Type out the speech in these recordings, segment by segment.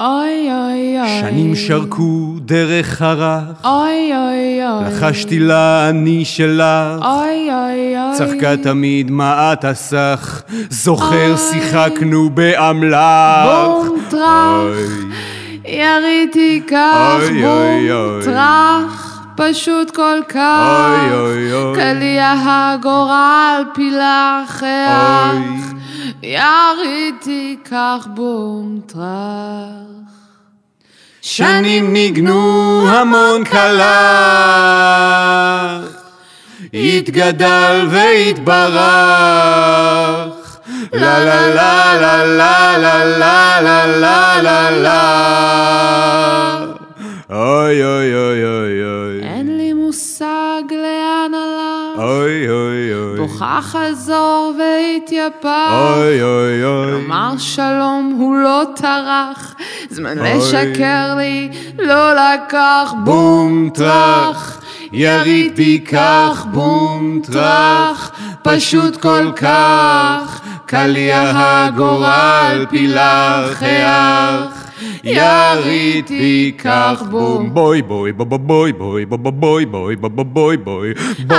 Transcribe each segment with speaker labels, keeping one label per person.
Speaker 1: אוי אוי אוי.
Speaker 2: שנים שרקו דרך הרח,
Speaker 1: אוי אוי אוי.
Speaker 2: לחשתי לה אני שלך,
Speaker 1: אוי אוי אוי.
Speaker 2: צחקה תמיד מה את הסך, זוכר שיחקנו באמל"ח.
Speaker 1: בום טרח, יריתי כך,
Speaker 2: אוי, אוי,
Speaker 1: בום
Speaker 2: אוי.
Speaker 1: טרח, פשוט כל כך,
Speaker 2: אוי, אוי, אוי.
Speaker 1: קליע הגורל פילח איך, יריתי כך, בום טרח.
Speaker 2: שנים ניגנו המון קלח, התגדל והתברך, לה לה לה לה לה לה לה לה לה לה לה. אוי אוי אוי אוי אוי.
Speaker 1: אין לי מושג לאן הלך,
Speaker 2: אוי אוי אוי.
Speaker 1: בוכה חזור והתייפח,
Speaker 2: אוי אוי אוי.
Speaker 1: אמר שלום הוא לא טרח, זמן לשקר לי לא לקח, בום טרח,
Speaker 2: יריד בי כך בום טרח, פשוט כל כך, קליע הגורל פילח איך, יריד בי כך בום. בוי בוי בוי בוי בוי בוי בוי בוי בוי בוי בוי בוי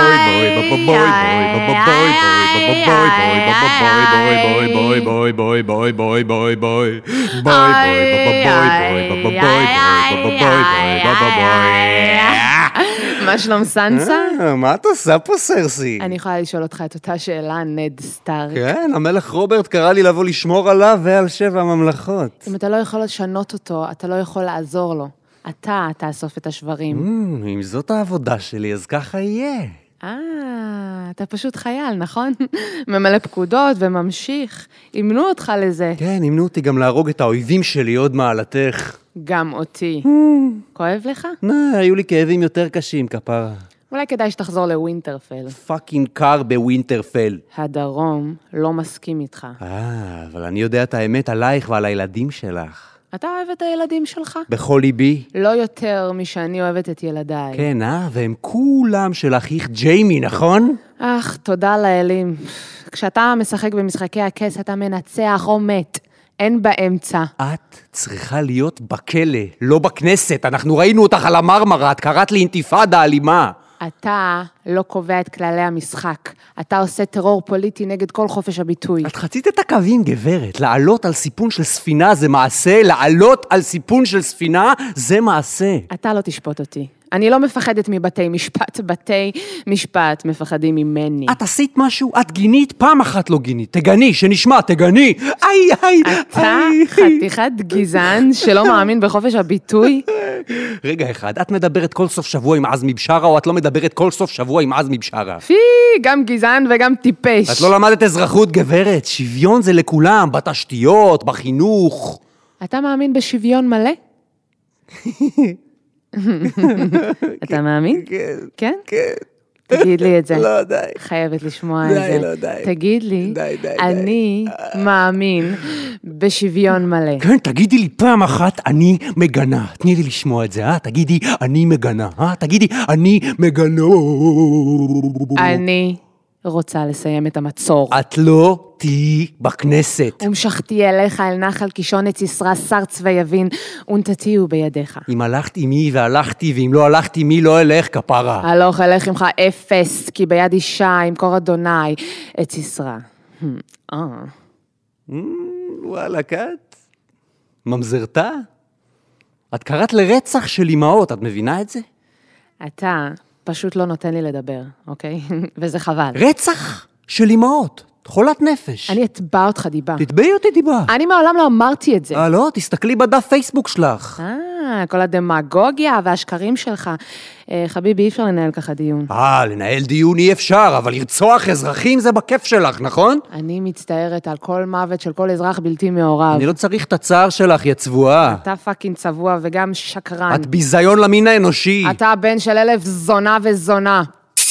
Speaker 1: מה שלום סנסה?
Speaker 2: מה את עושה פה סרסי?
Speaker 1: אני יכולה לשאול אותך את אותה שאלה, נד סטארק.
Speaker 2: כן, המלך רוברט קרא לי לבוא לשמור עליו ועל 7 הממלכות.
Speaker 1: אם אתה לא יכול לשנות אותו, אתה לא יכול לעזור לו. אתה תאסוף את השברים.
Speaker 2: אם זאת העבודה שלי, אז ככה יהיה.
Speaker 1: אתה פשוט חייל, נכון? ממלא פקודות וממשיך. אימנו אותך לזה.
Speaker 2: כן, אימנו אותי גם להרוג את האויבים שלי עוד מעלתך.
Speaker 1: גם אותי. כואב לך?
Speaker 2: היו לי כאבים יותר קשים, כפרה.
Speaker 1: אולי כדאי שתחזור לווינטרפל.
Speaker 2: פאקינג קר בווינטרפל.
Speaker 1: הדרום לא מסכים איתך.
Speaker 2: אבל אני יודע את האמת עלייך ועל הילדים שלך.
Speaker 1: אתה אוהב את הילדים שלך?
Speaker 2: בכל ליבי.
Speaker 1: לא יותר משאני אוהבת את ילדיי.
Speaker 2: כן, והם כולם של אחיך ג'יימי, נכון?
Speaker 1: תודה לאלים. כשאתה משחק במשחקי הכס, אתה מנצח או מת. אין באמצע.
Speaker 2: את צריכה להיות בכלא, לא בכנסת. אנחנו ראינו אותך על המרמרה, את קראת לי אינתיפאדה אלימה.
Speaker 1: אתה לא קובע את כללי המשחק. אתה עושה טרור פוליטי נגד כל חופש הביטוי.
Speaker 2: את חצית את הקווים, גברת. לעלות על סיפון של ספינה זה מעשה, לעלות על סיפון של ספינה זה מעשה.
Speaker 1: אתה לא תשפוט אותי. אני לא מפחדת מבתי משפט. בתי משפט מפחדים ממני.
Speaker 2: את עשית משהו? את גינית? פעם אחת לא גינית. תגני, שנשמע, תגני.
Speaker 1: אתה חתיכת גזען שלא מאמין בחופש הביטוי?
Speaker 2: רגע אחד, את מדברת כל סוף שבוע עם עזמי בשארה, או את לא מדברת כל סוף שבוע עם עזמי בשארה?
Speaker 1: גם גזען וגם טיפש.
Speaker 2: את לא למדת אזרחות, גברת. שוויון זה לכולם, בתשתיות, בחינוך.
Speaker 1: אתה מאמין בשוויון מלא? אתה מאמין?
Speaker 2: כן.
Speaker 1: כן? תגיד לי את זה.
Speaker 2: לא, די.
Speaker 1: חייבת לשמוע את זה.
Speaker 2: לא, די.
Speaker 1: תגיד לי,
Speaker 2: די.
Speaker 1: אני מאמין בשוויון מלא.
Speaker 2: כן, תגידי לי פעם אחת, אני מגנה. תני לי לשמוע את זה, תגידי, אני מגנה. תגידי, אני מגנה.
Speaker 1: אני רוצה לסיים את המצור.
Speaker 2: את לא תהי בכנסת.
Speaker 1: ומשכתי אליך אל נחל קישון את סיסרא סרץ ויבין, ונתתיהו בידיך.
Speaker 2: אם הלכת עמי והלכתי, ואם לא הלכת עמי לא אלך, כפרה.
Speaker 1: הלוך אלך עמך אפס, כי ביד אישה ימכור אדוני את סיסרא.
Speaker 2: וואלה, כת? ממזרתה? את קראת לרצח של אמהות, את מבינה את זה?
Speaker 1: אתה פשוט לא נותן לי לדבר, אוקיי? וזה חבל.
Speaker 2: רצח של אמהות, חולת נפש.
Speaker 1: אני אתבע אותך דיבה.
Speaker 2: תתבעי אותי דיבה.
Speaker 1: אני מעולם לא אמרתי את זה.
Speaker 2: לא, תסתכלי בדף פייסבוק שלך.
Speaker 1: כל הדמגוגיה והשקרים שלך. חביבי, אי אפשר לנהל ככה דיון.
Speaker 2: לנהל דיון אי אפשר, אבל לרצוח אזרחים זה בכיף שלך, נכון?
Speaker 1: אני מצטערת על כל מוות של כל אזרח בלתי מעורב.
Speaker 2: אני לא צריך את הצער שלך, יא צבועה.
Speaker 1: אתה פאקינג צבוע וגם שקרן.
Speaker 2: את ביזיון למין האנושי.
Speaker 1: אתה הבן של 1000 זונה וזונה.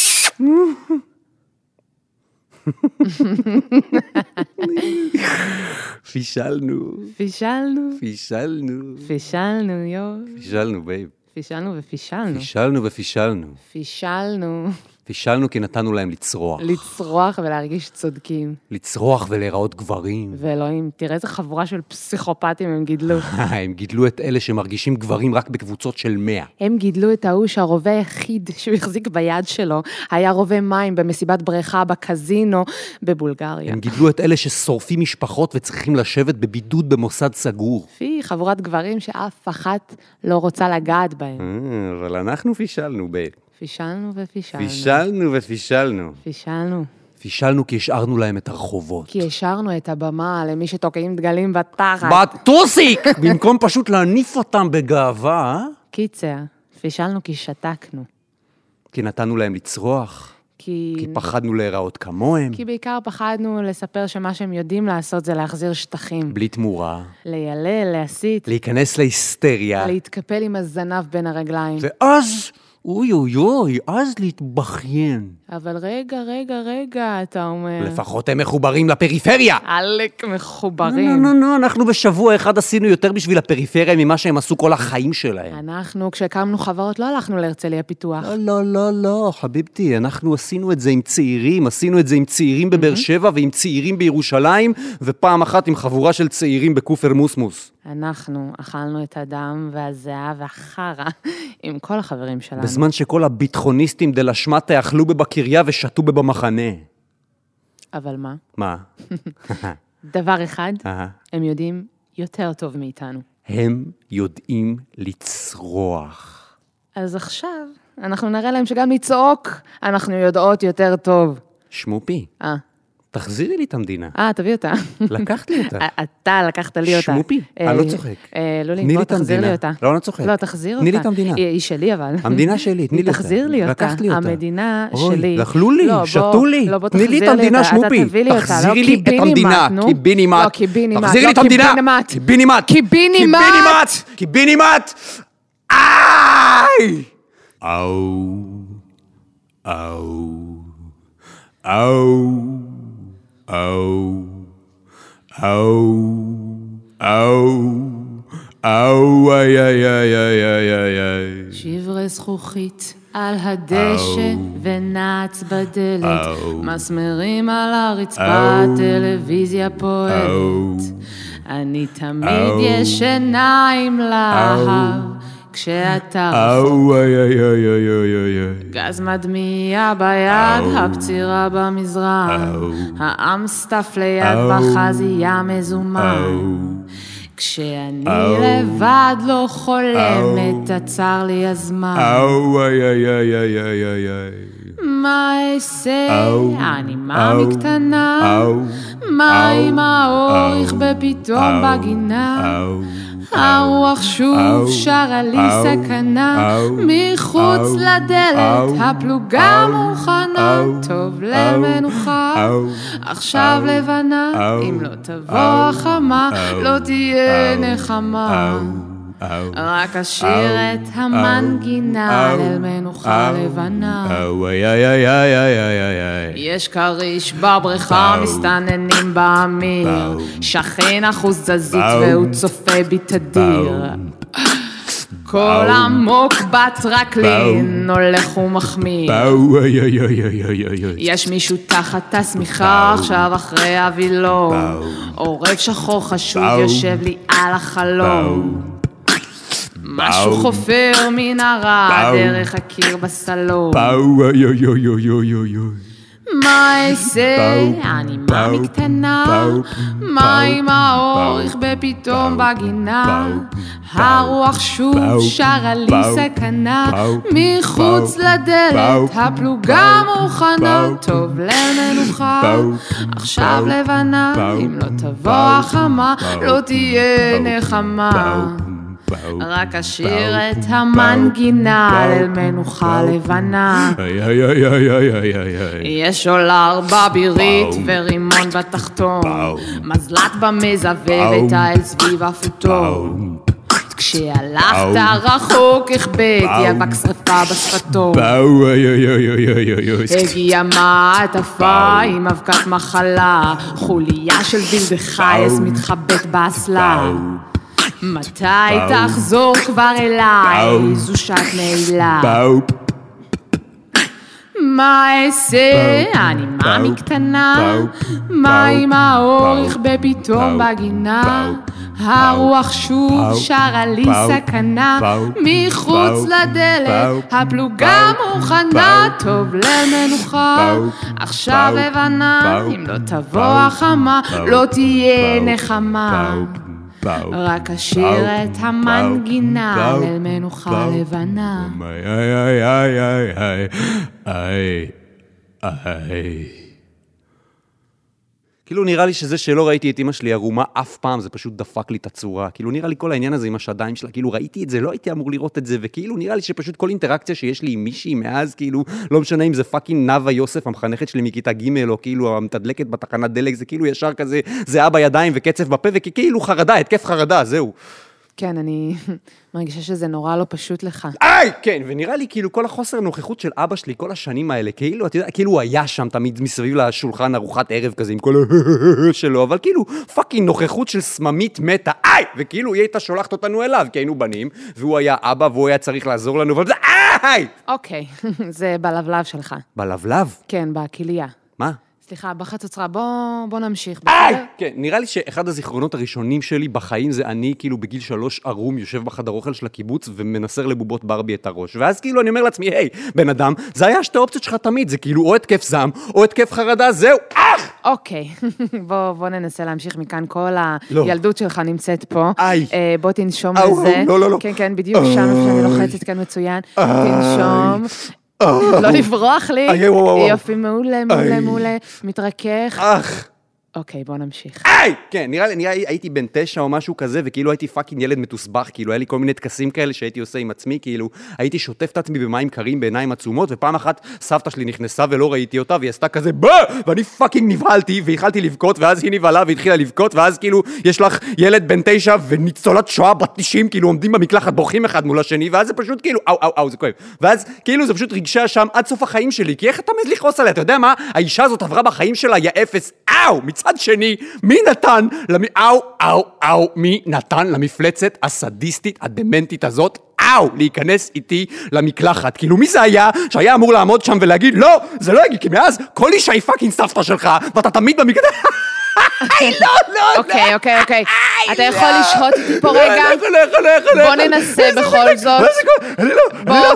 Speaker 2: פישלנו.
Speaker 1: פישלנו.
Speaker 2: פישלנו.
Speaker 1: פישלנו, יו.
Speaker 2: פישלנו, בייב.
Speaker 1: פישלנו ופישלנו.
Speaker 2: פישלנו ופישלנו.
Speaker 1: פישלנו.
Speaker 2: פישלנו כי נתנו להם לצרוח.
Speaker 1: לצרוח ולהרגיש צודקים.
Speaker 2: לצרוח ולהיראות גברים.
Speaker 1: ואלוהים, תראה איזה חבורה של פסיכופטים הם גידלו.
Speaker 2: הם גידלו את אלה שמרגישים גברים רק בקבוצות של 100.
Speaker 1: הם גידלו את ההוא שהרובה היחיד שהוא החזיק ביד שלו, היה רובה מים במסיבת בריכה בקזינו בבולגריה.
Speaker 2: הם גידלו את אלה ששורפים משפחות וצריכים לשבת בבידוד במוסד סגור.
Speaker 1: חבורת גברים שאף אחת לא רוצה לגעת בהם.
Speaker 2: אבל אנחנו פישלנו,
Speaker 1: פישלנו ופישלנו.
Speaker 2: פישלנו ופישלנו.
Speaker 1: פישלנו.
Speaker 2: פישלנו כי השארנו להם את הרחובות.
Speaker 1: כי השארנו את הבמה למי שתוקעים דגלים בתחת.
Speaker 2: בטוסיק! במקום פשוט להניף אותם בגאווה.
Speaker 1: קיצר, פישלנו כי שתקנו.
Speaker 2: כי נתנו להם לצרוח. כי פחדנו להיראות כמוהם.
Speaker 1: כי בעיקר פחדנו לספר שמה שהם יודעים לעשות זה להחזיר שטחים.
Speaker 2: בלי תמורה.
Speaker 1: לילל, להסית.
Speaker 2: להיכנס להיסטריה.
Speaker 1: להתקפל עם הזנב בין הרגליים.
Speaker 2: ואז, אוי, אז להתבכיין.
Speaker 1: אבל רגע, אתה אומר.
Speaker 2: לפחות הם מחוברים לפריפריה.
Speaker 1: עלק מחוברים.
Speaker 2: לא, אנחנו בשבוע אחד עשינו יותר בשביל הפריפריה ממה שהם עשו כל החיים שלהם.
Speaker 1: אנחנו, כשהקמנו חברות, לא הלכנו להרצליה פיתוח.
Speaker 2: לא, חביבתי, אנחנו עשינו את זה עם צעירים, עשינו את זה עם צעירים בבאר שבע ועם צעירים בירושלים, ופעם אחת עם חבורה של צעירים בכופר מוסמוס.
Speaker 1: אנחנו אכלנו את הדם והזהה והחרה עם כל החברים שלנו.
Speaker 2: בזמן שכל הביטחוניסטים דלשמטה אכלו בבקריה ושתו במחנה.
Speaker 1: אבל מה?
Speaker 2: מה?
Speaker 1: דבר אחד, הם יודעים יותר טוב מאיתנו.
Speaker 2: הם יודעים לצרוח.
Speaker 1: אז עכשיו אנחנו נראה להם שגם לצעוק אנחנו יודעות יותר טוב.
Speaker 2: שמופי. תחזירי לי את המדינה.
Speaker 1: תביא אותה.
Speaker 2: לקחת לי אותה.
Speaker 1: אתה לקחת לי אותה.
Speaker 2: שמופי, אני לא צוחק.
Speaker 1: לולי, בוא תחזיר לי אותה.
Speaker 2: לא, אני לא צוחק.
Speaker 1: לא, תחזיר אותה.
Speaker 2: תני לי את המדינה.
Speaker 1: היא שלי אבל.
Speaker 2: המדינה שלי, תני לי אותה.
Speaker 1: תחזיר לי אותה.
Speaker 2: לקחת לי אותה.
Speaker 1: המדינה שלי.
Speaker 2: אכלו לי, שתו לי. תני לי את המדינה, שמופי. תחזירי לי את המדינה. קיבינימט. תחזירי לי את המדינה. קיבינימט. איי!
Speaker 1: שברי זכוכית על הדשא ונץ בדלת, מסמרים על הרצפה, טלוויזיה פועלת. אני תמיד ישנה עם להב כשאתה רחוק, גז מדמיע ביד, הפצירה במזרח, האמסטף ליד בחזייה מזומן. כשאני לבד לא חולמת, עצר לי הזמן. מה אעשה? אני מאמי קטנה, מה עם האורך בפתאום בגינה? הרוח שוב שרה לי סכנה, מחוץ לדלת הפלוגה מוכנה, טוב למנוחה, עכשיו לבנה, אם לא תבוא החמה, לא תהיה נחמה. רק אשיר את המנגינה אל מנוחה לבנה. יש קריש בבריכה, מסתננים באמיר, שכן אחוז זזית והוא צופה בי תדיר. כל עמוק בטרקלין הולך ומחמיר. יש מישהו תחת השמיכה עכשיו אחרי הווילון, עורב שחור חשוד יושב לי על החלום. משהו חופר מנהרה דרך הקיר בסלון. מה אעשה? אני מאמי קטנה, מה עם האורך בפתאום בגינה? הרוח שוב שרה לי סכנה, מחוץ לדלת הפלוגה מוכנה, טוב למנוחה, עכשיו לבנה, אם לא תבוא החמה, לא תהיה נחמה. רק אשיר את המנגינה אל מנוחה לבנה. יש עולר בבירית ורימון בתחתון, מזלת במזווה האל סביב הפוטון. כשהלכת רחוק הכבד יבק שרפה בשפתון, הגיעה מעטפה עם אבקת מחלה, חוליה של בלדחייס מתחבט באסלה. מתי תחזור כבר אליי, זו שעת נעילה? מה אעשה? אני מאמי קטנה, מה עם האורך בפתאום בגינה? הרוח שוב שרה לי סכנה, מחוץ לדלת הפלוגה מוכנה, טוב למנוחה, עכשיו הבנה, אם לא תבוא החמה, לא תהיה נחמה. רק אשיר את המנגינה ליל מנוחה לבנה.
Speaker 2: כאילו נראה לי שזה שלא ראיתי את אמא שלי ערומה אף פעם, זה פשוט דפק לי את הצורה. כאילו נראה לי כל העניין הזה עם השדיים שלה, כאילו ראיתי את זה, לא הייתי אמור לראות את זה, וכאילו נראה לי שפשוט כל אינטראקציה שיש לי עם מישהי מאז, כאילו לא משנה אם זה פאקינג נאווה יוסף, המחנכת שלי מכיתה ג' או כאילו המתדלקת בתחנת דלק, זה כאילו ישר כזה, זה אבא ידיים וקצב בפה, וכאילו חרדה, התקף חרדה, זהו.
Speaker 1: כן, אני מרגישה שזה נורא לא פשוט לך.
Speaker 2: כן, ונראה לי כאילו כל החוסר נוכחות של אבא שלי כל השנים האלה, כאילו, אתה יודע, כאילו הוא היה שם תמיד מסביב לשולחן ארוחת ערב כזה עם כל שלו, אבל כאילו פאקינג נוכחות של סממית מתה, וכאילו היא הייתה שולחת אותנו אליו, כי היינו בנים, והוא היה אבא והוא היה צריך לעזור לנו, אבל זה
Speaker 1: אוקיי, זה בלבלב שלך.
Speaker 2: בלבלב?
Speaker 1: כן, בכליה.
Speaker 2: מה?
Speaker 1: סליחה, בחצוצרה, בוא נמשיך.
Speaker 2: כן, נראה לי שאחד הזיכרונות הראשונים שלי בחיים זה אני כאילו בגיל 3 ערום יושב בחדר אוכל של הקיבוץ ומנסר לבובות ברבי את הראש. ואז כאילו אני אומר לעצמי, היי, בן אדם, זה היה שתי אופציות שלך תמיד, זה כאילו או התקף זעם או התקף חרדה, זהו,
Speaker 1: אוקיי, בוא ננסה להמשיך מכאן, כל הילדות שלך נמצאת פה. בוא תנשום לזה.
Speaker 2: לא.
Speaker 1: כן, בדיוק שם שאני לוחצת כאן מצוין. תנשום. לא לברוח לי, יופי, מעולה, מתרכך. אוקיי, בוא נמשיך.
Speaker 2: כן, נראה לי הייתי בן 9 או משהו כזה, וכאילו הייתי פאקינג ילד מתוסבך, כאילו היה לי כל מיני תקסים כאלה שהייתי עושה עם עצמי, כאילו הייתי שוטף את עצמי במים קרים בעיניים עצומות, ופעם אחת סבתא שלי נכנסה ולא ראיתי אותה, והיא עשתה כזה ואני פאקינג נבהלתי, והתחלתי לבכות, ואז היא נבהלה והתחילה לבכות, ואז כאילו יש לך ילד בן 9 וניצולת שואה בת 90, כאילו עומדים במקלחת, בורחים אחד מול השני, ואז זה פשוט כאילו אאו, זה כואב. ואז כאילו זה פשוט רגשה שם עד סוף החיים שלי, כי איך אתה מז לכעוס עליה? אתה יודע מה? האישה הזאת עברה בחיים שלה, יא אפס. מצד שני, מי נתן למפלצת הסדיסטית, הדמנטית הזאת, להיכנס איתי למקלחת? כאילו מי זה היה שהיה אמור לעמוד שם ולהגיד, לא, זה לא יגיד, כי מאז כל אישה היא פאקינג סבתא שלך, ואתה תמיד במקלחת. לא.
Speaker 1: אוקיי. אתה יכול לשהות איתי פה רגע? בוא ננסה בכל זאת. בוא,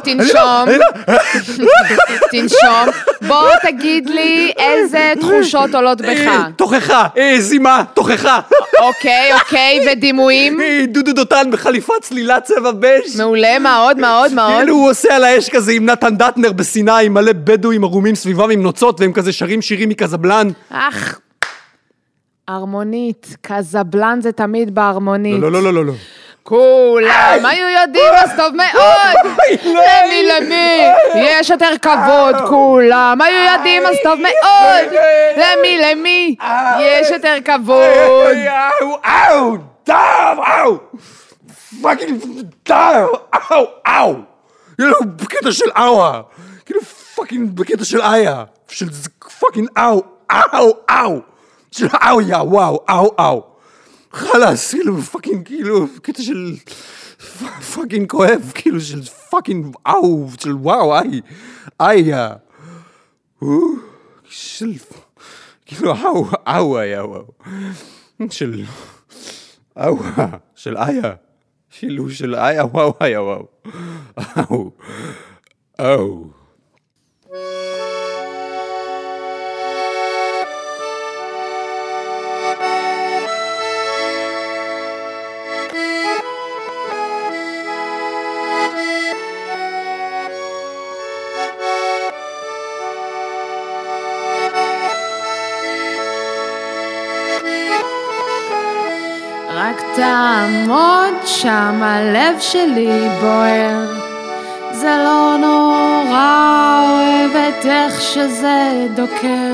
Speaker 1: תנשום. בוא תגיד לי איזה תחושות עולות בך.
Speaker 2: תוכחה, זימה, תוכחה.
Speaker 1: אוקיי, ודימויים?
Speaker 2: דודו דותן בחליפת צלילה צבע בש.
Speaker 1: מעולה, מאוד.
Speaker 2: כאילו הוא עושה על האש כזה עם נתן דטנר בסיני, עם מלא בדואים ערומים סביבם עם נוצות, והם כזה שרים שירים מקזבלן.
Speaker 1: ארמונית, קזבלן זה תמיד בארמונית.
Speaker 2: לא.
Speaker 1: כולם היו יודעים אז טוב מאוד. למי יש יותר כבוד, כולם היו יודעים אז טוב מאוד. למי יש יותר כבוד.
Speaker 2: פאקינג כאילו בקטע של אאווה, כאילו פאקינג בקטע של איה, של פאקינג אאו של אאויה, וואו חלאס, כאילו פאקינג, כאילו קטע של פאקינג כואב, כאילו של פאקינג של וואו, איה של כאילו היה וואו של של איה, שילוב של איה, וואו היה וואו
Speaker 1: רק תעמוד שם, הלב שלי בוער, זה לא נורא, אוהבת איך שזה דוקר.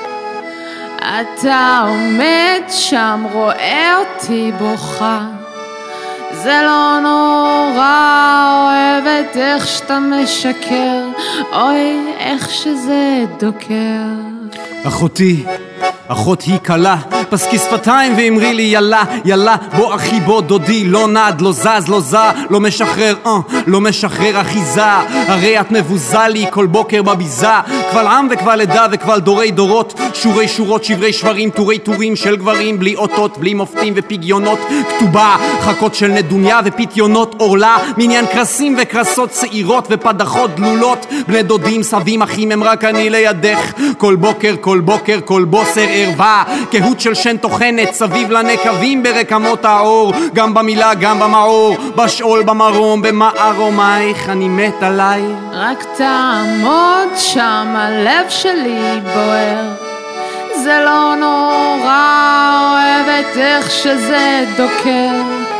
Speaker 1: אתה עומד שם, רואה אותי בוכה, זה לא נורא, אוהבת איך שאתה משקר, אוי איך שזה דוקר.
Speaker 2: אחותי, אחות היא קלה, פסקי שפתיים ואמרי לי ילה, ילה, בוא אחי בוא דודי, לא נד, לא זז, לא זע, לא משחרר, לא משחרר אחיזה, הרי את מבוזה לי כל בוקר בביזה, קבל עם וקבל עדה וקבל דורי דורות, שורי שורות, שברי שברים, טורי טורים של גברים, בלי אותות, בלי מופתים ופיגיונות, כתובה, חכות של נדוניה ופיתיונות עורלה, מניין קרסים וקרסות צעירות ופדחות דלולות, בני דודים, סבים, אחים, הם רק אני לידך, כל בוקר, כל בוקר, כל בוסר ערווה, כהות של שן תוכנת, סביב לנקבים ברקמות האור, גם במילה, גם במאור, בשאול, במרום, במערומייך, אני מת עליי.
Speaker 1: רק תעמוד שם, הלב שלי בוער, זה לא נורא, אוהבת איך שזה דוקר.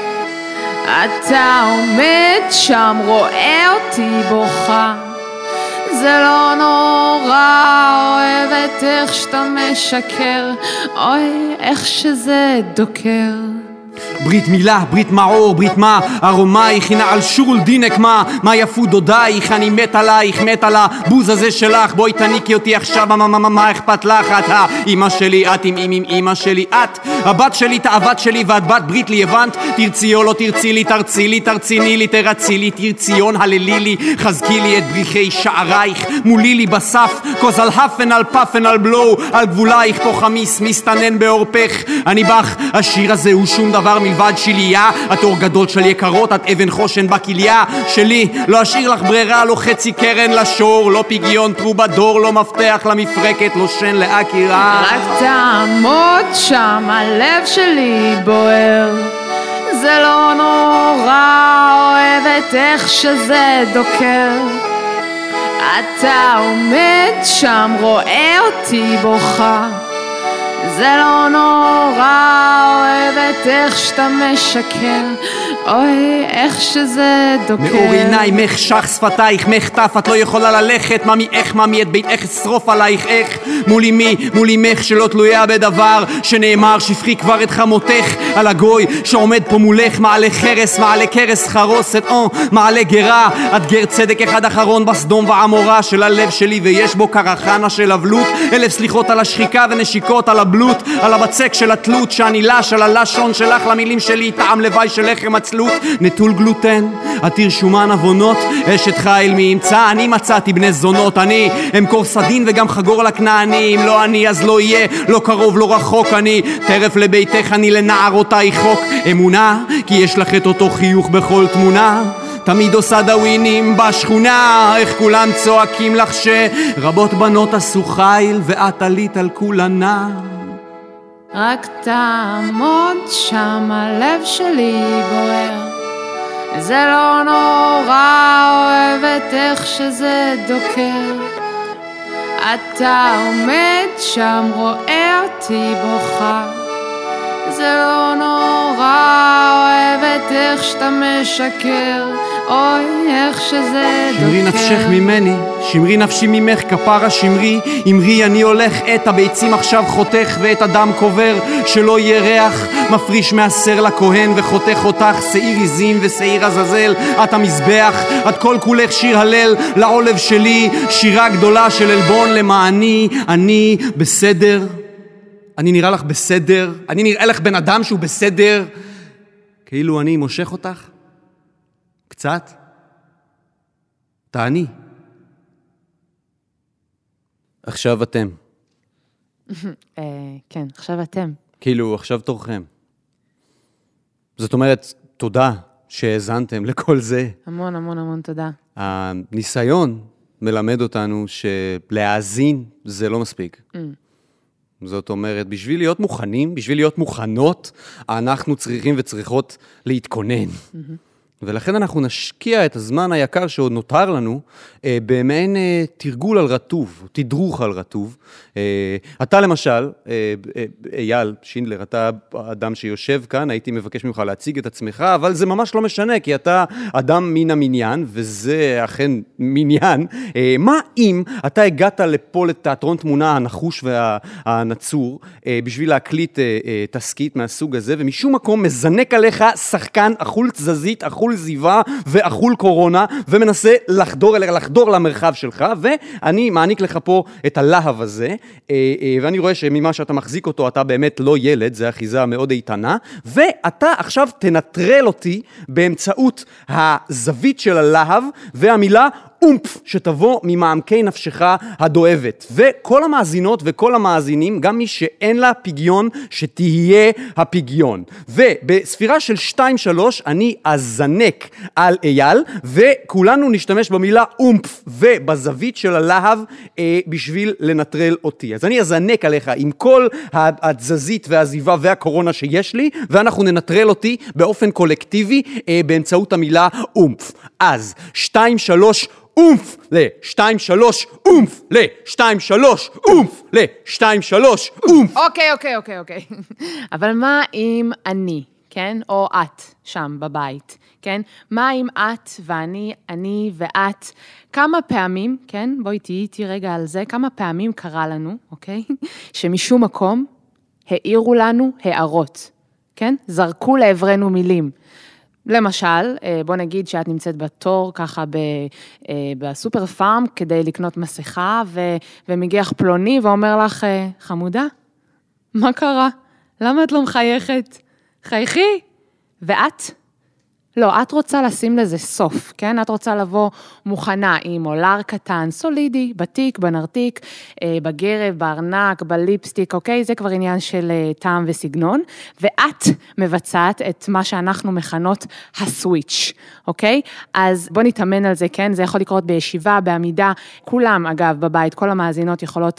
Speaker 1: אתה עומד שם, רואה אותי בוכה, זה לא נורא, אוהבת איך שאתה משקר, אוי, איך שזה דוקר.
Speaker 2: ברית מילה, ברית מאור, ברית מה, ארומייך, הנה על שורול דינק מה יפו דודייך, אני מת עלייך, מת על הבוז הזה שלך, בואי תניקי אותי עכשיו, מה אכפת לך, את האמא שלי, את עם אמא שלי, את הבת שלי, תאוות שלי, ואת בת ברית לי, הבנת? תרצי או לא תרצי לי, תרצי לי, תרציני לי, תרצי לי, תרציון, הללי לי, חזקי לי את בריחי שערייך, מולי לי בסף, כוז על הפן, על פפן, על בלו, על גבולייך, פה חמיס, מסתנן באורפך, אני בך, השיר הזה הוא שום דבר מלבד שיליה, את אור גדול של יקרות, את אבן חושן בכליה שלי, לא אשאיר לך ברירה, לא חצי קרן לשור, לא פיגיון טרובדור, לא מפתח למפרקת, לא שן להכירה.
Speaker 1: רק תעמוד שם, הלב שלי בוער, זה לא נורא, אוהבת איך שזה דוקר. אתה עומד שם, רואה אותי בוכה, זה לא נורא, אוהבת איך שאתה משקר, אוי, איך שזה דוקר.
Speaker 2: מאור עיניי, מחשך שפתייך, מחטף, את לא יכולה ללכת, ממי איך, ממי את בית, איך אשרוף עלייך, איך מולי מי, מולי מך שלא תלויה בדבר שנאמר, שפכי כבר את חמותך על הגוי שעומד פה מולך, מעלה חרס, מעלה קרס חרוסת, מעלה גרה, את גר צדק אחד אחרון בסדום ועמורה של הלב שלי, ויש בו קרחנה של אבלות, 1000 סליחות על השחיקה ונשיקות על הבלוט, על הבצק של התלות שאני לש, על הלשון שלך למילים שלי, טעם לוואי של לחם עצלות, נטול גלוטן, עתיר שומן אבונות, אשת חיל מי ימצא, אני מצאתי בני זונות, אני אמכור סדין וגם חגור לכנעני, אם לא אני אז לא יהיה, לא קרוב לא רחוק, אני טרף לביתך, אני לנערותייך חוק, אמונה, כי יש לך את אותו חיוך בכל תמונה, תמיד עושה דווינים בשכונה, איך כולם צועקים לך שרבות בנות עשו חיל ואת עלית על כולנה.
Speaker 1: רק תעמוד שם, הלב שלי בוער, זה לא נורא, אוהבת איך שזה דוקר. אתה עומד שם, רואה אותי בוכה, זה לא נורא, אוהבת איך שאתה משקר, אוי, איך שזה דוקר.
Speaker 2: שמרי נפשך ממני, שמרי נפשי ממך, כפרה שמרי, אמרי אני הולך, את הביצים עכשיו חותך ואת הדם קובר, שלא יהיה ריח מפריש מהסר לכהן, וחותך אותך שעיר עזים ושעיר עזאזל, את המזבח, את כל כולך שיר הלל לעולב שלי, שירה גדולה של אלבון למעני, אני בסדר. אני נראה לך בסדר? אני נראה לך בן אדם שהוא בסדר? כאילו אני מושך אותך? קצת? תעני. עכשיו אתם.
Speaker 1: כן, עכשיו אתם.
Speaker 2: כאילו, עכשיו תורכם. זאת אומרת, תודה שהאזנתם לכל זה.
Speaker 1: המון המון המון תודה.
Speaker 2: הניסיון מלמד אותנו שלהאזין זה לא מספיק. זאת אומרת, בשביל להיות מוכנים, בשביל להיות מוכנות, אנחנו צריכים וצריכות להתכונן. ולכן אנחנו נשקיע את הזמן היקר שעוד נותר לנו במעין תרגול על רטוב, תדרוך על רטוב. אתה למשל, אייל שינדלר, אתה אדם שיושב כאן, הייתי מבקש ממך להציג את עצמך, אבל זה ממש לא משנה, כי אתה אדם מן המניין, וזה אכן מניין. מה אם אתה הגעת לפה לתיאטרון תמונה הנחוש והנצור, בשביל להקליט תסקית מהסוג הזה, ומשום מקום מזנק עליך שחקן אכול תזזית, אכול זיווה ואכול קורונה, ומנסה לחדור למרחב שלך, ואני מעניק לך פה את הלהב הזה, ואני רואה שממה שאתה מחזיק אותו, אתה באמת לא ילד, זה אחיזה מאוד איתנה, ואתה עכשיו תנטרל אותי באמצעות הזווית של הלהב, והמילה אומפ שתבוא ממעמקי נפשך הדואבת. וכל המאזינות וכל המאזינים, גם מי שאין לה פגיון, שתהיה הפגיון. ובספירה של 2-3 אני אזנק על אייל, וכולנו נשתמש במילה אומפ ובזווית של הלהב בשביל לנטרל אותי. אז אני אזנק עליך עם כל התזזית והזיבה והקורונה שיש לי, ואנחנו ננטרל אותי באופן קולקטיבי באמצעות המילה אומפ. אז 2-3 אומפ ל-2-3 אומפ ל-2-3 אומפ ל-2-3 אומפ.
Speaker 1: אוקיי. אבל מה אם אני, כן? או את שם בבית, כן? מה אם את ואני, אני ואת, כמה פעמים, כן? בואי תהיי איתי רגע על זה, כמה פעמים קרה לנו, אוקיי? שמשום מקום העירו לנו הערות, כן? זרקו לעברנו מילים. למשל, בוא נגיד שאת נמצאת בתור ככה בסופר פארם כדי לקנות מסכה, ומגיח פלוני ואומר לך, חמודה, מה קרה? למה את לא מחייכת? חייכי. ואת? לא, את רוצה לשים לזה סוף, כן? את רוצה לבוא מוכנה עם אולר קטן, סולידי, בתיק, בנרתיק, בגרב, בארנק, בליפסטיק, אוקיי? זה כבר עניין של טעם וסגנון, ואת מבצעת את מה שאנחנו מכנות הסוויץ', אוקיי? אז בוא נתאמן על זה, כן? זה יכול לקרות בישיבה, בעמידה, כולם, אגב, בבית, כל המאזינות יכולות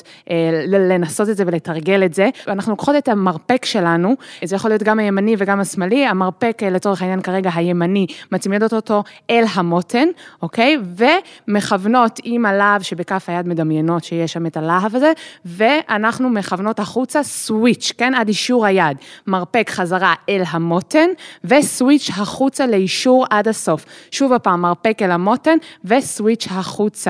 Speaker 1: לנסות את זה ולתרגל את זה. אנחנו לוקחות את המרפק שלנו, זה יכול להיות גם הימני וגם השמאלי, המרפק לצורך העניין כרגע הימני, מצמידות אותו אל המותן, אוקיי? ומכוונות עם הלהב שבכף היד מדמיינות שיש שם את הלהב הזה, ואנחנו מכוונות החוצה סוויץ', כן? עד אישור היד. מרפק חזרה אל המותן, וסוויץ' החוצה לאישור עד הסוף. שוב הפעם, מרפק אל המותן, וסוויץ' החוצה.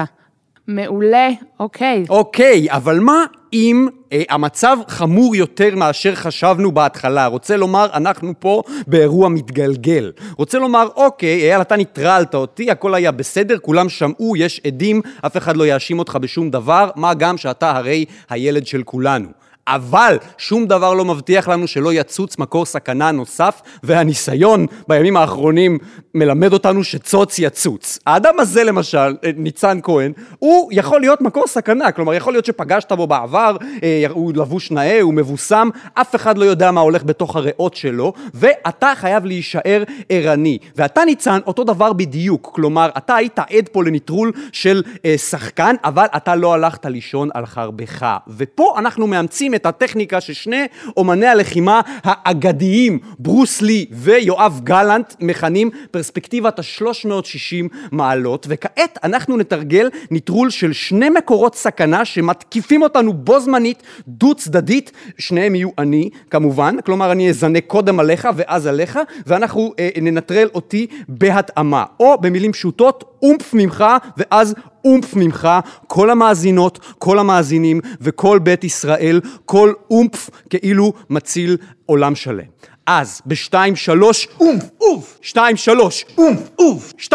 Speaker 1: מעולה, אוקיי.
Speaker 2: אוקיי, אבל מה אם המצב חמור יותר מאשר חשבנו בהתחלה? רוצה לומר, אנחנו פה באירוע מתגלגל. רוצה לומר, אוקיי, אייל, אתה ניטרלת אותי, הכל היה בסדר, כולם שמעו, יש עדים, אף אחד לא יאשים אותך בשום דבר, מה גם שאתה הרי הילד של כולנו. אבל שום דבר לא מבטיח לנו שלא יצוץ מקור סכנה נוסף, והניסיון בימים האחרונים מלמד אותנו שצוץ יצוץ. האדם הזה למשל, ניצן כהן, הוא יכול להיות מקור סכנה, כלומר יכול להיות שפגשת בו בעבר, הוא לבוש נאה, הוא מבוסם, אף אחד לא יודע מה הולך בתוך הריאות שלו, ואתה חייב להישאר ערני. ואתה ניצן אותו דבר בדיוק, כלומר אתה היית עד פה לניטרול של שחקן, אבל אתה לא הלכת לישון על חרבך. ופה אנחנו מאמצים את הטכניקה ששני אומני הלחימה האגדיים, ברוס לי ויואב גלנט, מכנים פרספקטיבת ה-360 מעלות, וכעת אנחנו נתרגל ניטרול של שני מקורות סכנה שמתקיפים אותנו בו זמנית, דו צדדית, שניהם יהיו אני, כמובן, כלומר אני אזנק קודם עליך ואז עליך, ואנחנו ננטרל אותי בהתאמה, או במילים פשוטות, אומפ ממך ואז אומפ ממך, כל המאזינות, כל המאזינים וכל בית ישראל, כל אומפ כאילו מציל עולם שלם. אז ב-2-3 אומפ, אומפ, 2-3 אומפ, אומפ, 2-3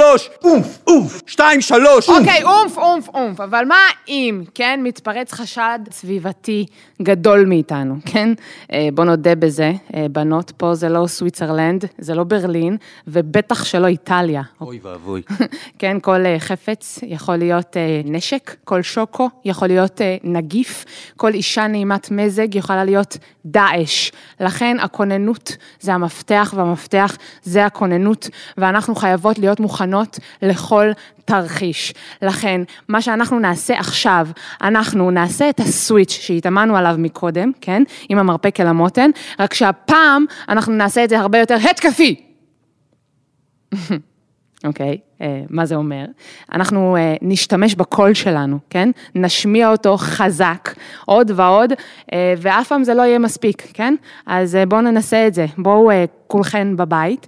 Speaker 2: אומפ, אומפ, 2-3
Speaker 1: אוקיי, אומפ, אבל מה אם, כן, מתפרץ חשד סביבתי גדול מאיתנו, כן? בוא נודה בזה, בנות, פה זה לא סוויצרלנד, זה לא ברלין, ובטח שלא איטליה.
Speaker 2: אוי ואבוי.
Speaker 1: כן, כל חפץ יכול להיות נשק, כל שוקו יכול להיות נגיף, כל אישה נעימת מזג יכולה להיות דאעש. לכן הכוננות זה המפתח, והמפתח זה הכוננות, ואנחנו חייבות להיות מוכנות לכל תרחיש. לכן, מה שאנחנו נעשה עכשיו, אנחנו נעשה את הסוויץ' שהתאמנו עליו מקודם, כן? עם המרפק אל המותן, רק שהפעם אנחנו נעשה את זה הרבה יותר התקפי. אוקיי, מה זה אומר. אנחנו נשתמש בקול שלנו, כן? נשמיע אותו חזק, עוד ועוד, ואף פעם זה לא יהיה מספיק, כן? אז בואו ננסה את זה, בואו כולכן בבית,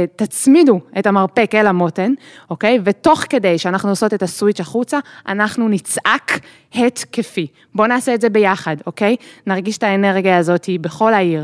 Speaker 1: תצמידו את המרפק אל המותן, אוקיי? ותוך כדי שאנחנו עושות את הסוויץ' החוצה, אנחנו נצעק התקפי. בואו נעשה את זה ביחד, אוקיי? נרגיש את האנרגיה הזאת בכל העיר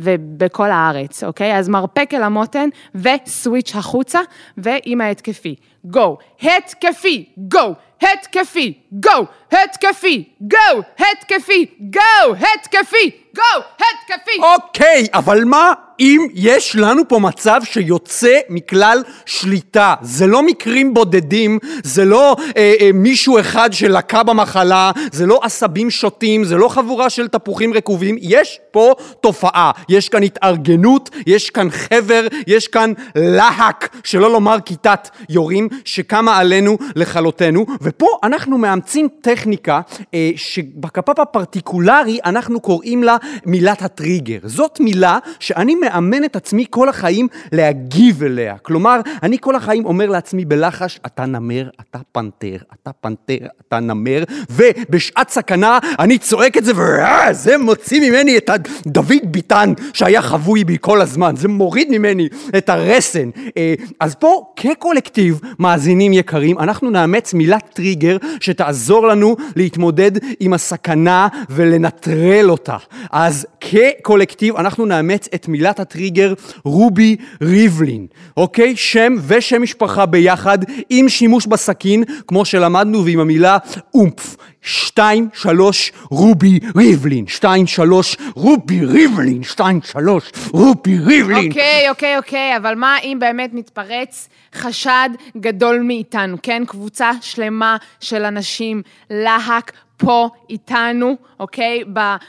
Speaker 1: ובכל הארץ, אוקיי? אז מרפק אל המותן וסוויץ' החוצה ועם ההתקפי. גו, התקפי, גו, התקפי, גו, התקפי, גו, התקפי, גו, התקפי, גו, התקפי.
Speaker 2: אוקיי, אבל מה אם יש לנו פה מצב שיוצא מכלל שליטה? זה לא מקרים בודדים, זה לא מישהו אחד שלקה במחלה, זה לא עשבים שוטים, זה לא חבורה של תפוחים רקובים, יש פה תופעה, יש כאן התארגנות, יש כאן חבר, יש כאן להק, שלא לומר כיתת יורים, שקמה עלינו לכלותנו, ופה אנחנו מאמצים טכניקה שבקפ"פ הפרטיקולרי אנחנו קוראים לה מילת הטריגר. זאת מילה שאני מאמן את עצמי כל החיים להגיב אליה. כלומר, אני כל החיים אומר לעצמי בלחש, אתה נמר, אתה פנתר, אתה פנתר, אתה נמר, ובשעת סכנה אני צועק את זה, וזה מוציא ממני את דוד ביטן שהיה חבוי בי כל הזמן. זה מוריד ממני את הרסן. אז פה כקולקטיב, מאזינים יקרים, אנחנו נאמץ מילת טריגר שתעזור לנו להתמודד עם הסכנה ולנטרל אותה. אז כקולקטיב אנחנו נאמץ את מילת הטריגר רובי ריבלין, אוקיי? שם ושם משפחה ביחד עם שימוש בסכין, כמו שלמדנו, ועם המילה אומפ. 2, 3, רובי ריבלין. 2, 3, רובי ריבלין. 2, 3, רובי ריבלין.
Speaker 1: אוקיי, אבל מה אם באמת מתפרץ חשד גדול מאיתנו, כן? קבוצה שלמה של אנשים, להק, פה איתנו, אוקיי?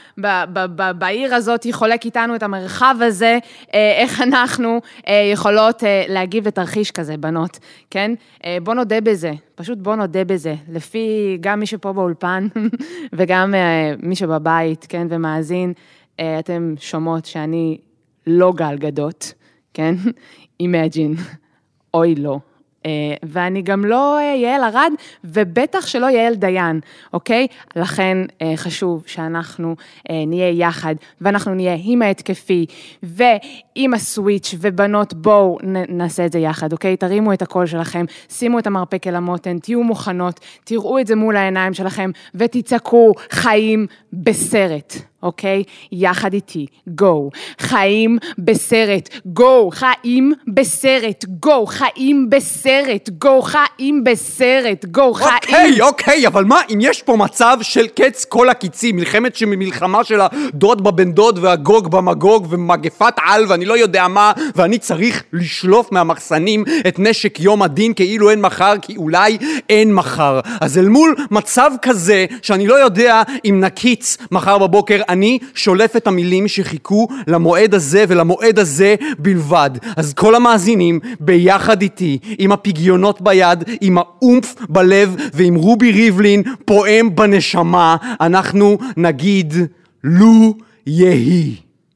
Speaker 1: בעיר הזאת חולק איתנו את המרחב הזה, איך אנחנו יכולות להגיב לתרחיש כזה, בנות, כן? בוא נודה בזה, פשוט בוא נודה בזה, לפי גם מי שפה באולפן, וגם מי שבבית, כן? ומאזין, אתם שומעות שאני לא גל גדות, כן? Imagine, אוי לא. ואני גם לא יעל ארד, ובטח שלא יעל דיין, אוקיי? לכן חשוב שאנחנו נהיה יחד, ואנחנו נהיה עם ההתקפי, ועם הסוויץ' ובנות בואו נעשה את זה יחד, אוקיי? תרימו את הקול שלכם, שימו את המרפק אל המותן, תהיו מוכנות, תראו את זה מול העיניים שלכם, ותצעקו חיים בסרט. אוקיי? יחד איתי, גו, חיים בסרט, גו, חיים בסרט, גו, חיים בסרט, גו, חיים בסרט, גו, חיים.
Speaker 2: אוקיי, אבל מה אם יש פה מצב של קץ כל הקיצים, מלחמה של הדוד בבן דוד והגוג במגוג ומגפת על ואני לא יודע מה, ואני צריך לשלוף מהמחסנים את נשק יום הדין כאילו אין מחר, כי אולי אין מחר. אז אל מול מצב כזה שאני לא יודע אם נקיץ מחר בבוקר, אני שולף את המילים שחיכו למועד הזה ולמועד הזה בלבד. אז כל המאזינים ביחד איתי, עם הפיגיונות ביד, עם האומפ בלב ועם רובי ריבלין פועם בנשמה, אנחנו נגיד לו יהי.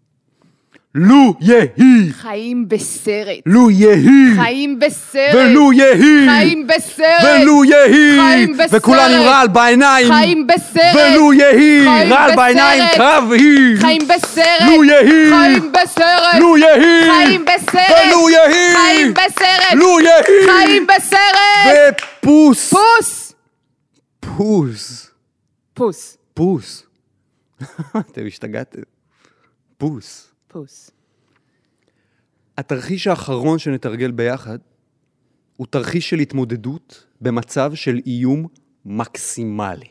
Speaker 2: לו יהי.
Speaker 1: חיים בסרט.
Speaker 2: לו יהי.
Speaker 1: חיים בסרט.
Speaker 2: ולו יהי.
Speaker 1: חיים בסרט.
Speaker 2: ולו יהי.
Speaker 1: חיים בסרט.
Speaker 2: וכולם עם רעל בעיניים.
Speaker 1: חיים בסרט.
Speaker 2: ולו יהי.
Speaker 1: חיים
Speaker 2: רעל בעיניים
Speaker 1: בסרט.
Speaker 2: קרב היא.
Speaker 1: חיים בסרט.
Speaker 2: לו יהי.
Speaker 1: חיים בסרט.
Speaker 2: לו יהי.
Speaker 1: חיים בסרט.
Speaker 2: ולו יהי.
Speaker 1: חיים בסרט.
Speaker 2: לו יהי.
Speaker 1: חיים בסרט.
Speaker 2: ופוס.
Speaker 1: פוס.
Speaker 2: פוס.
Speaker 1: פוס.
Speaker 2: פוס. אתם השתגעתם. פוס.
Speaker 1: פוס.
Speaker 2: התרחיש האחרון שנתרגל ביחד הוא תרחיש של התמודדות במצב של איום מקסימלי.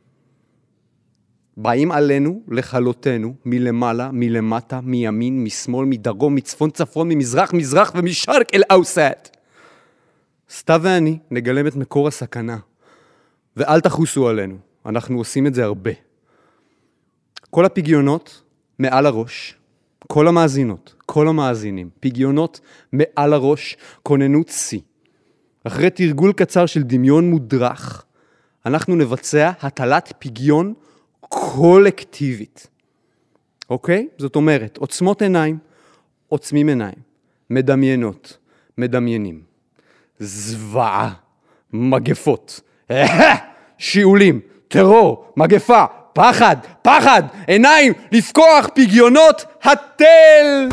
Speaker 2: באים עלינו לכלותנו מלמעלה, מלמטה, מימין, משמאל, מדרום, מצפון, צפון, ממזרח, מזרח ומשרק אל אוסט. סתיו ואני נגלם את מקור הסכנה. ואל תחוסו עלינו, אנחנו עושים את זה הרבה. כל הפיגיונות מעל הראש, כל המאזינות, כל המאזינים, פיגיונות מעל הראש, כוננות C. אחרי תרגול קצר של דמיון מודרך, אנחנו נבצע הטלת פיגיון קולקטיבית. אוקיי? זאת אומרת, עוצמות עיניים, עוצמים עיניים, מדמיינות, מדמיינים. זוועה, מגפות, שיעולים, טרור, מגפה, פחד, פחד, עיניים, לפקוח, פגיונות, התל!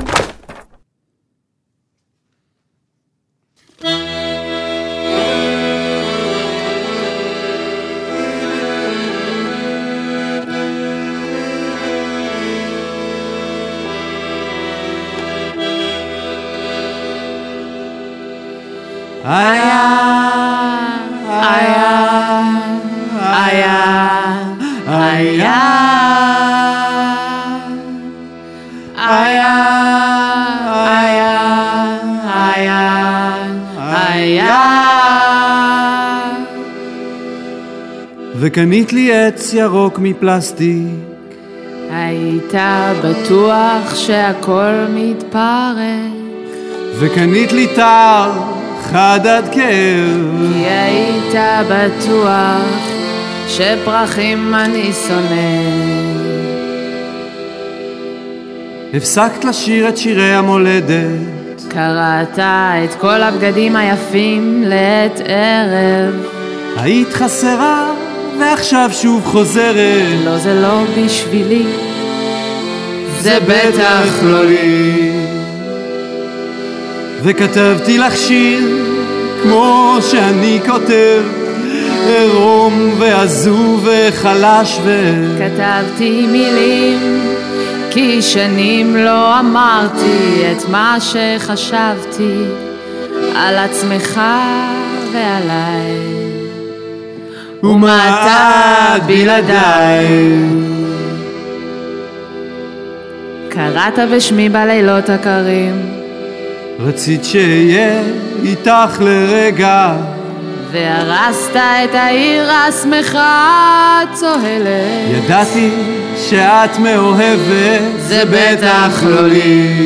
Speaker 2: וקנית לי עץ ירוק מפלסטיק.
Speaker 1: היית בטוח שהכל מתפרק,
Speaker 2: וקנית לי תר חד עד כאב.
Speaker 1: כי היית בטוח שפרחים אני שונא.
Speaker 2: הפסקת לשיר את שירי המולדת.
Speaker 1: קראת את כל הבגדים היפים לעת ערב.
Speaker 2: היית חסרה ועכשיו שוב חוזרת.
Speaker 1: לא, זה לא בשבילי,
Speaker 2: זה בטח לא לי. וכתבתי לך שיר כמו שאני כותב, עירום ועזוב וחלש
Speaker 1: כתבתי מילים כי שנים לא אמרתי את מה שחשבתי על עצמך ועליי.
Speaker 2: ומה את בלעדיי.
Speaker 1: קראת בשמי בלילות הקרים,
Speaker 2: רצית שיהיה איתך לרגע,
Speaker 1: והרסת את העיר השמחה צוהלת.
Speaker 2: ידעתי שאת מאוהבת,
Speaker 1: זה בטח לא לי.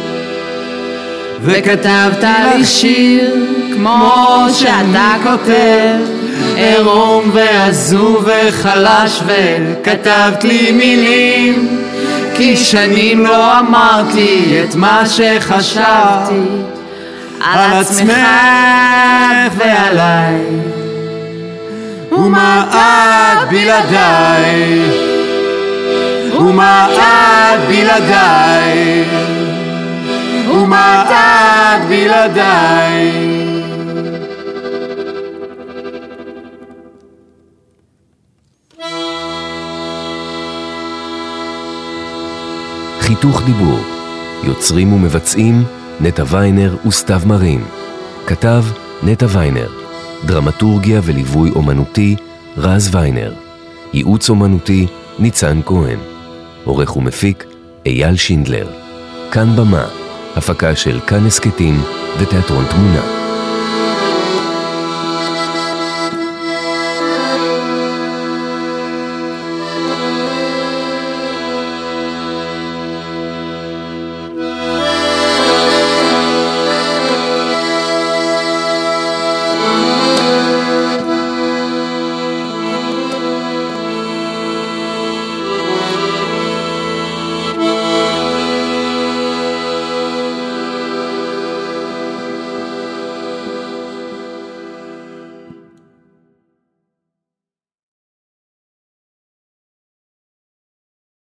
Speaker 1: וכתבת לי שיר כמו שאתה כותב, עירום ועזוב וחלש, וכתבת לי מילים כי שנים לא אמרתי את מה שחשבתי על עצמך ועליי.
Speaker 2: ומה את בלעדיי, ומה את בלעדיי, ומה את בלעדיי.
Speaker 3: חיתוך דיבור, יוצרים ומבצעים נטע ויינר וסתיו מרין. כתב נטע ויינר, דרמטורגיה וליווי אומנותי רז ויינר, ייעוץ אומנותי ניצן כהן, עורך ומפיק אייל שינדלר. כאן במה, הפקה של כאן הסקטים ותיאטרון תמונה.